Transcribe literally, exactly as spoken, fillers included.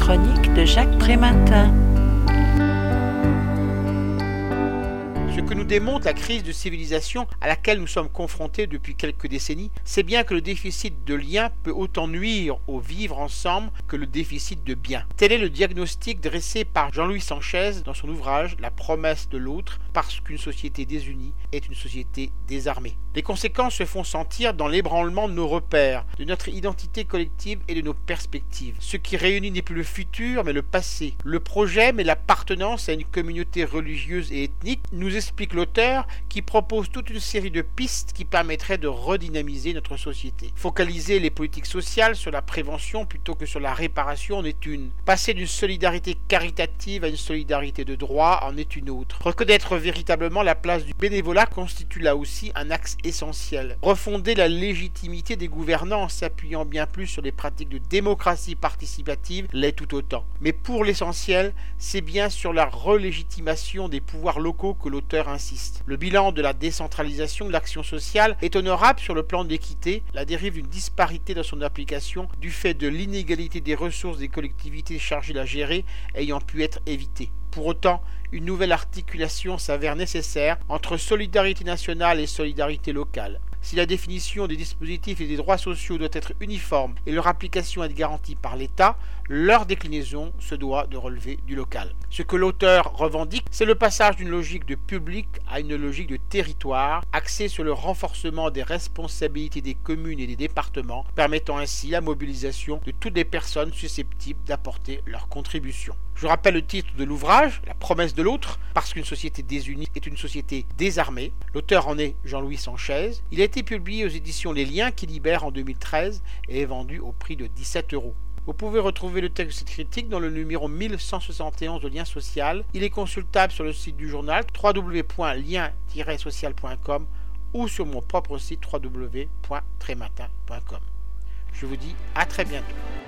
chronique de Jacques Prématin. Ce que nous démontre la crise de civilisation à laquelle nous sommes confrontés depuis quelques décennies, c'est bien que le déficit de liens peut autant nuire au vivre ensemble que le déficit de biens. Tel est le diagnostic dressé par Jean-Louis Sanchez dans son ouvrage La promesse de l'autre, parce qu'une société désunie est une société désarmée. Les conséquences se font sentir dans l'ébranlement de nos repères, de notre identité collective et de nos perspectives. Ce qui réunit n'est plus le futur mais le passé. Le projet mais l'appartenance à une communauté religieuse et ethnique, nous explique l'auteur qui propose toute une série de pistes qui permettraient de redynamiser notre société. Focaliser les politiques sociales sur la prévention plutôt que sur la réparation en est une. Passer d'une solidarité caritative à une solidarité de droit en est une autre. Reconnaître véritablement la place du bénévolat constitue là aussi un axe essentiel. Refonder la légitimité des gouvernants en s'appuyant bien plus sur les pratiques de démocratie participative l'est tout autant. Mais pour l'essentiel, c'est bien sur la relégitimation des pouvoirs locaux que l'auteur insiste. Le bilan de la décentralisation de l'action sociale est honorable sur le plan de l'équité, la dérive d'une disparité dans son application du fait de l'inégalité des ressources des collectivités chargées de la gérer ayant pu être évitée. Pour autant, une nouvelle articulation s'avère nécessaire entre solidarité nationale et solidarité locale. Si la définition des dispositifs et des droits sociaux doit être uniforme et leur application être garantie par l'État, leur déclinaison se doit de relever du local. Ce que l'auteur revendique, c'est le passage d'une logique de public à une logique de territoire, axée sur le renforcement des responsabilités des communes et des départements, permettant ainsi la mobilisation de toutes les personnes susceptibles d'apporter leur contribution. Je rappelle le titre de l'ouvrage, La promesse de l'autre, parce qu'une société désunie est une société désarmée. L'auteur en est Jean-Louis Sanchez. Il a été publié aux éditions Les Liens qui libèrent en deux mille treize et est vendu au prix de dix-sept euros. Vous pouvez retrouver le texte de cette critique dans le numéro mille cent soixante et onze de Lien Social. Il est consultable sur le site du journal w w w point lien tiret social point com ou sur mon propre site w w w point trématin point com. Je vous dis à très bientôt.